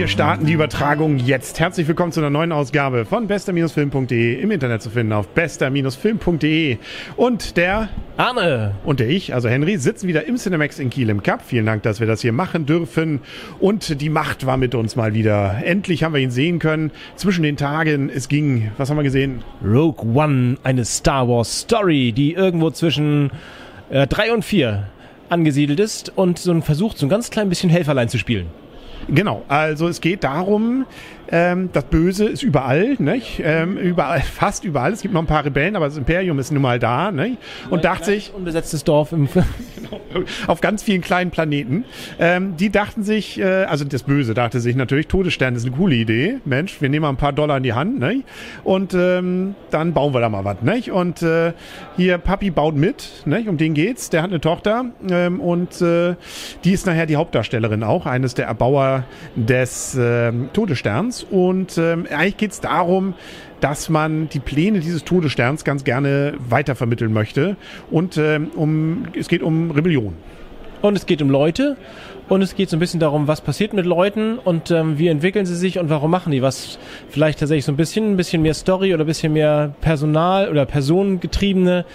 Wir starten die Übertragung jetzt. Herzlich willkommen zu einer neuen Ausgabe von bester-film.de, im Internet zu finden auf bester-film.de. Und der Arne und der ich, also Henry, sitzen wieder im Cinemax in Kiel im Cup. Vielen Dank, dass wir das hier machen dürfen. Und die Macht war mit uns mal wieder. Endlich haben wir ihn sehen können. Zwischen den Tagen, es ging, was haben wir gesehen? Rogue One, eine Star Wars Story, die irgendwo zwischen 3 und 4 angesiedelt ist und so versucht, so ein ganz klein bisschen Helferlein zu spielen. Genau, also es geht darum, das Böse ist überall, nicht? Überall, fast überall. Es gibt noch ein paar Rebellen, aber das Imperium ist nun mal da, nicht? Und dachte sich, unbesetztes Dorf auf ganz vielen kleinen Planeten. Die dachten sich, also das Böse dachte sich natürlich, Todesstern ist eine coole Idee. Mensch, wir nehmen mal ein paar Dollar in die Hand, nicht? Und dann bauen wir da mal was, nicht? Und hier Papi baut mit, nicht? Um den geht's. Der hat eine Tochter und die ist nachher die Hauptdarstellerin auch, eines der Erbauer des Todessterns. Und eigentlich geht es darum, dass man die Pläne dieses Todessterns ganz gerne weitervermitteln möchte. Und es geht um Rebellion. Und es geht um Leute. Und es geht so ein bisschen darum, was passiert mit Leuten und wie entwickeln sie sich und warum machen die was. Vielleicht tatsächlich so ein bisschen mehr Story oder ein bisschen mehr Personal- oder personengetriebene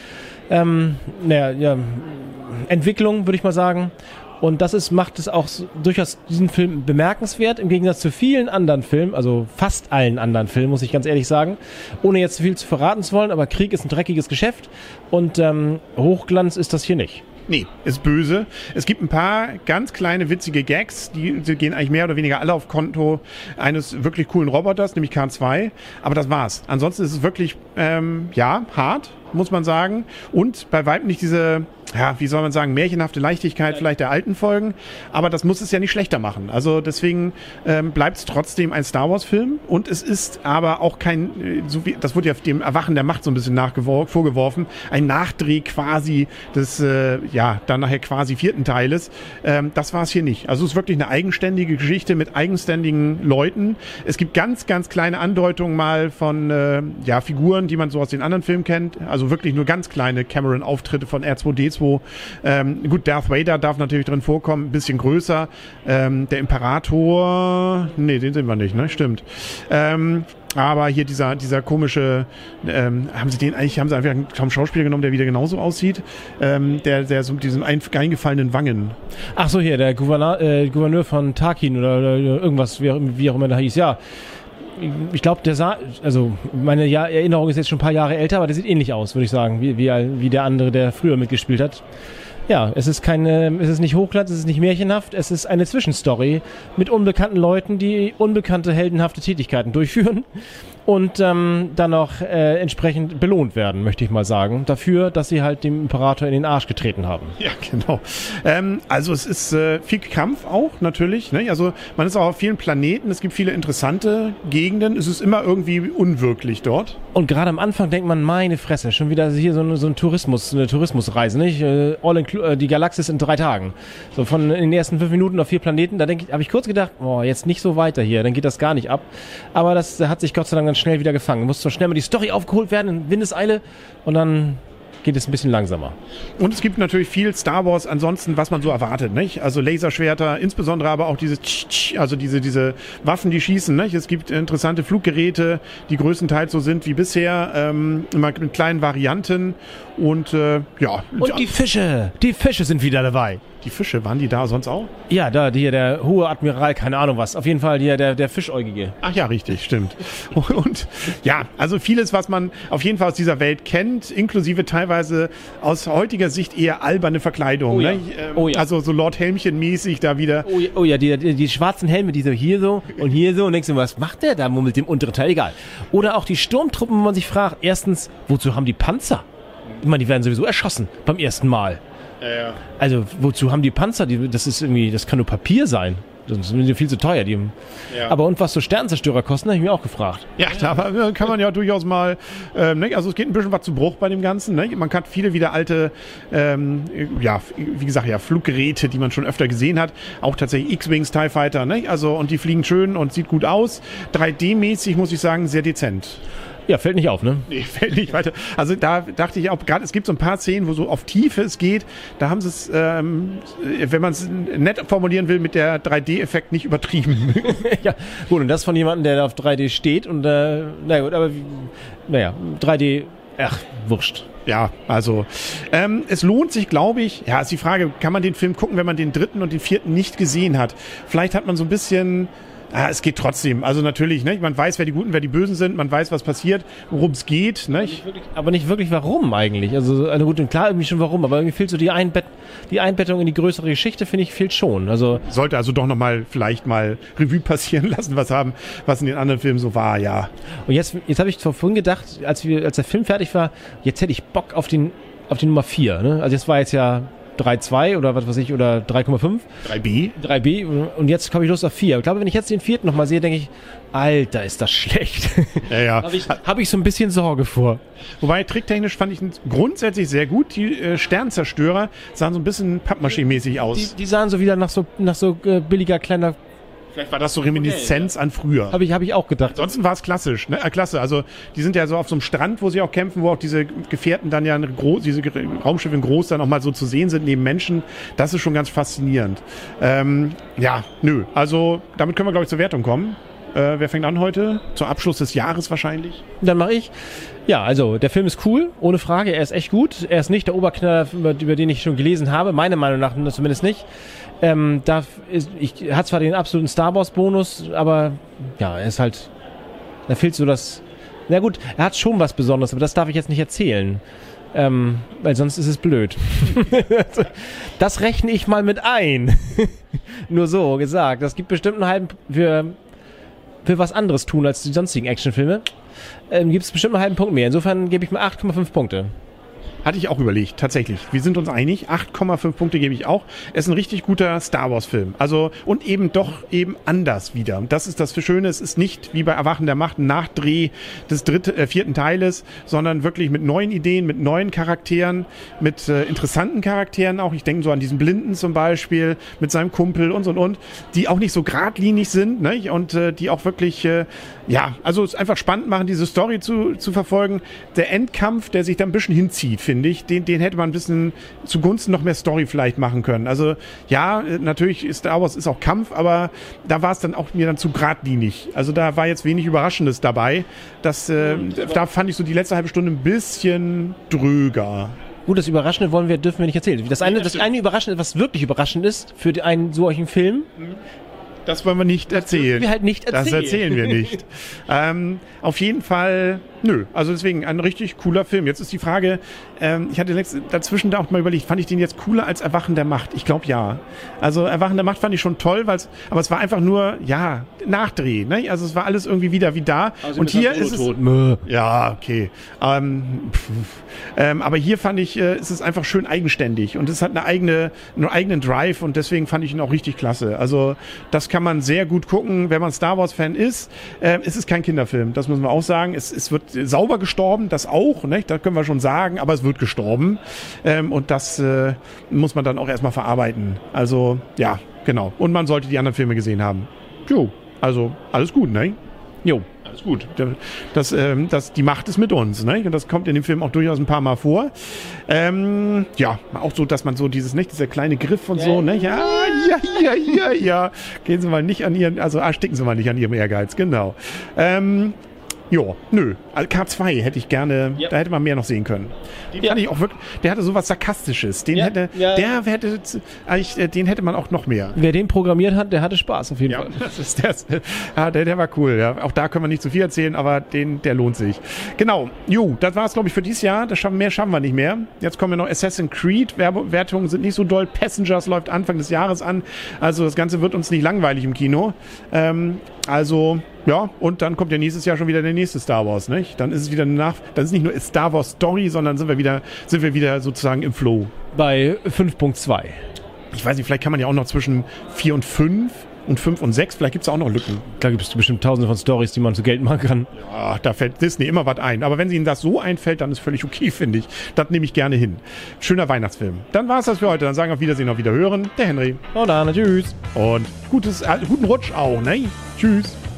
Entwicklung, würde ich mal sagen. Und das macht es auch durchaus diesen Film bemerkenswert, im Gegensatz zu vielen anderen Filmen, also fast allen anderen Filmen, muss ich ganz ehrlich sagen, ohne jetzt zu viel zu verraten zu wollen, aber Krieg ist ein dreckiges Geschäft und Hochglanz ist das hier nicht. Nee, ist böse. Es gibt ein paar ganz kleine witzige Gags, die gehen eigentlich mehr oder weniger alle auf Konto eines wirklich coolen Roboters, nämlich K2, aber das war's. Ansonsten ist es wirklich, hart, muss man sagen, und bei weitem nicht diese, wie soll man sagen, märchenhafte Leichtigkeit vielleicht der alten Folgen, aber das muss es ja nicht schlechter machen. Also deswegen bleibt es trotzdem ein Star Wars Film und es ist aber auch kein, das wurde ja dem Erwachen der Macht so ein bisschen vorgeworfen, ein Nachdreh quasi des, dann nachher quasi 4. Teiles. Das war es hier nicht. Also es ist wirklich eine eigenständige Geschichte mit eigenständigen Leuten. Es gibt ganz, ganz kleine Andeutungen mal von Figuren, die man so aus den anderen Filmen kennt. Also wirklich nur ganz kleine Cameron-Auftritte von R2-D2. Gut, Darth Vader darf natürlich drin vorkommen, ein bisschen größer. Der Imperator, nee, den sehen wir nicht, ne? Stimmt. Aber hier dieser komische, haben sie einfach vom Schauspieler genommen, der wieder genauso aussieht, der so mit diesen eingefallenen Wangen. Ach so, hier, der Gouverneur von Tarkin oder irgendwas, wie auch immer der hieß, ja. Ich glaube, der sah, also meine Erinnerung ist jetzt schon ein paar Jahre älter, aber der sieht ähnlich aus, würde ich sagen, wie der andere, der früher mitgespielt hat. Ja, es ist nicht Hochglanz, es ist nicht märchenhaft, es ist eine Zwischenstory mit unbekannten Leuten, die unbekannte heldenhafte Tätigkeiten durchführen und dann auch entsprechend belohnt werden, möchte ich mal sagen, dafür, dass sie halt dem Imperator in den Arsch getreten haben. Ja, genau. Also es ist viel Kampf auch, natürlich, ne? Also man ist auch auf vielen Planeten, es gibt viele interessante Gegenden, es ist immer irgendwie unwirklich dort. Und gerade am Anfang denkt man, meine Fresse, schon wieder hier so eine Tourismusreise, nicht? Die Galaxis in 3 Tagen. So von in den ersten 5 Minuten auf 4 Planeten, da habe ich kurz gedacht, jetzt nicht so weiter hier, dann geht das gar nicht ab. Aber das hat sich Gott sei Dank dann schnell wieder gefangen. Muss so schnell mal die Story aufgeholt werden in Windeseile und dann geht es ein bisschen langsamer. Und es gibt natürlich viel Star Wars ansonsten, was man so erwartet, nicht? Also Laserschwerter, insbesondere aber auch diese Waffen, die schießen, nicht? Es gibt interessante Fluggeräte, die größtenteils so sind wie bisher, immer mit kleinen Varianten und Und die Fische sind wieder dabei. Die Fische, waren die da sonst auch? Ja, da hier der hohe Admiral, keine Ahnung was. Auf jeden Fall hier der Fischäugige. Ach ja, richtig, stimmt. Und ja, also vieles, was man auf jeden Fall aus dieser Welt kennt, inklusive teilweise aus heutiger Sicht eher alberne Verkleidung. Oh ja. Ne? Also so Lord Helmchen-mäßig da wieder. Oh ja, die schwarzen Helme, die so hier so und hier so. Und denkst du, was macht der da mit dem unteren Teil? Egal. Oder auch die Sturmtruppen, wo man sich fragt, erstens, wozu haben die Panzer? Ich meine, die werden sowieso erschossen beim ersten Mal. Ja. Also, wozu haben die Panzer? Das kann nur Papier sein. Das sind die viel zu teuer. Aber und was so Sternzerstörer kosten, habe ich mir auch gefragt. Ja, da kann man ja durchaus mal, also es geht ein bisschen was zu Bruch bei dem Ganzen. Ne? Man hat viele wieder alte, wie gesagt, Fluggeräte, die man schon öfter gesehen hat. Auch tatsächlich X-Wings, TIE Fighter. Ne? Also, und die fliegen schön und sieht gut aus. 3D-mäßig, muss ich sagen, sehr dezent. Ja, fällt nicht auf, ne? Nee, fällt nicht weiter. Also da dachte ich auch, gerade es gibt so ein paar Szenen, wo so auf Tiefe es geht, da haben sie es, wenn man es nett formulieren will, mit der 3D-Effekt nicht übertrieben. Ja, gut, und das von jemandem, der auf 3D steht und, na gut, aber, 3D, wurscht. Ja, also es lohnt sich, glaube ich, ja, ist die Frage, kann man den Film gucken, wenn man den 3. und den 4. nicht gesehen hat? Vielleicht hat man so ein bisschen... es geht trotzdem. Also natürlich, ne? Man weiß, wer die Guten, wer die Bösen sind. Man weiß, was passiert, worum es geht. Ne? Aber nicht wirklich warum eigentlich. Also gut, und klar irgendwie schon warum, aber irgendwie fehlt so die Einbettung in die größere Geschichte, finde ich, fehlt schon. Also sollte also doch nochmal vielleicht mal Revue passieren lassen, was in den anderen Filmen so war, ja. Und jetzt habe ich vorhin gedacht, als der Film fertig war, jetzt hätte ich Bock auf die Nummer 4. Ne? Also das war jetzt ja 3,2 oder was weiß ich, oder 3,5. 3B. Und jetzt komme ich Lust auf 4. Ich glaube, wenn ich jetzt den 4. nochmal sehe, denke ich, Alter, ist das schlecht. Ja. Hab ich so ein bisschen Sorge vor. Wobei, tricktechnisch fand ich ihn grundsätzlich sehr gut. Die Sternzerstörer sahen so ein bisschen Pappmaché-mäßig aus. Die sahen so wieder nach so billiger kleiner... Vielleicht war das so Reminiszenz an früher. Hab ich auch gedacht. Ansonsten war es klassisch, ne? Klasse. Also die sind ja so auf so einem Strand, wo sie auch kämpfen, wo auch diese Gefährten dann ja diese Raumschiffe in groß dann auch mal so zu sehen sind neben Menschen. Das ist schon ganz faszinierend. Also damit können wir, glaube ich, zur Wertung kommen. Wer fängt an heute? Zum Abschluss des Jahres wahrscheinlich. Dann mache ich. Ja, also der Film ist cool, ohne Frage. Er ist echt gut. Er ist nicht der Oberknaller, über den ich schon gelesen habe. Meiner Meinung nach zumindest nicht. Hat zwar den absoluten Star Wars Bonus, aber ja, er ist halt, da fehlt so das, na gut, er hat schon was Besonderes, aber das darf ich jetzt nicht erzählen, weil sonst ist es blöd. Das rechne ich mal mit ein. Nur so gesagt, das gibt bestimmt einen halben, für was anderes tun als die sonstigen Actionfilme, gibt es bestimmt einen halben Punkt mehr. Insofern gebe ich mir 8,5 Punkte. Hatte ich auch überlegt, tatsächlich. Wir sind uns einig. 8,5 Punkte gebe ich auch. Es ist ein richtig guter Star Wars Film. Also, und eben anders wieder. Und das ist das Schöne. Es ist nicht wie bei Erwachen der Macht ein Nachdreh des 4. Teiles, sondern wirklich mit neuen Ideen, mit neuen Charakteren, mit interessanten Charakteren auch. Ich denke so an diesen Blinden zum Beispiel, mit seinem Kumpel und, die auch nicht so geradlinig sind, ne? Und die auch wirklich, also es einfach spannend machen, diese Story zu verfolgen. Der Endkampf, der sich da ein bisschen hinzieht, finde ich, den hätte man ein bisschen zugunsten noch mehr Story vielleicht machen können. Also ja, natürlich Star Wars ist auch Kampf, aber da war es dann auch mir dann zu geradlinig. Also da war jetzt wenig Überraschendes dabei. Da fand ich so die letzte halbe Stunde ein bisschen dröger. Gut, das Überraschende dürfen wir nicht erzählen. Das eine Überraschende, was wirklich überraschend ist für einen solchen Film, das wollen wir nicht erzählen. Das wir halt nicht erzählen. Das erzählen wir nicht. Auf jeden Fall, nö. Also deswegen ein richtig cooler Film. Jetzt ist die Frage, ich hatte dazwischen da auch mal überlegt, fand ich den jetzt cooler als Erwachen der Macht? Ich glaube ja. Also Erwachen der Macht fand ich schon toll, aber es war einfach nur, Nachdreh. Ne? Also es war alles irgendwie wieder wie da. Also und hier ist es... Ja, okay. Aber hier fand ich, ist es einfach schön eigenständig und es hat einen eigenen Drive und deswegen fand ich ihn auch richtig klasse. Also das kann man sehr gut gucken, wenn man Star Wars Fan ist. Es ist kein Kinderfilm, das müssen wir auch sagen. Es wird sauber gestorben, das auch, ne? Das können wir schon sagen, aber es wird gestorben. Und das muss man dann auch erstmal verarbeiten. Also, ja, genau. Und man sollte die anderen Filme gesehen haben. Jo, also alles gut, ne? Jo. Alles gut. Die Macht ist mit uns, ne? Und das kommt in dem Film auch durchaus ein paar Mal vor. Auch so, dass man so dieser kleine Griff und so, ne? Ja. Gehen Sie mal nicht an ersticken Sie mal nicht an Ihrem Ehrgeiz, genau. K2 hätte ich gerne, da hätte man mehr noch sehen können. Den fand ich auch wirklich, der hatte sowas Sarkastisches. Den hätte man auch noch mehr. Wer den programmiert hat, der hatte Spaß auf jeden Fall. Der war cool. Ja. Auch da können wir nicht zu viel erzählen, aber der lohnt sich. Genau. Das war es, glaube ich, für dieses Jahr. Mehr schaffen wir nicht mehr. Jetzt kommen wir noch Assassin's Creed. Wertungen sind nicht so doll. Passengers läuft Anfang des Jahres an. Also das Ganze wird uns nicht langweilig im Kino. Und dann kommt ja nächstes Jahr schon wieder der nächste Star Wars, nicht? Dann ist es wieder dann ist nicht nur Star Wars Story, sondern sind wir wieder sozusagen im Flow. Bei 5.2. Ich weiß nicht, vielleicht kann man ja auch noch zwischen 4 und 5 und 5 und 6, vielleicht gibt es auch noch Lücken. Da gibt es bestimmt tausende von Stories, die man zu Geld machen kann. Ja, da fällt Disney immer was ein. Aber wenn Ihnen das so einfällt, dann ist völlig okay, finde ich. Das nehme ich gerne hin. Schöner Weihnachtsfilm. Dann war es das für heute. Dann sagen wir auf Wiedersehen, auf Wiederhören. Der Henry. Und Anna, tschüss. Und guten Rutsch auch, ne? Tschüss.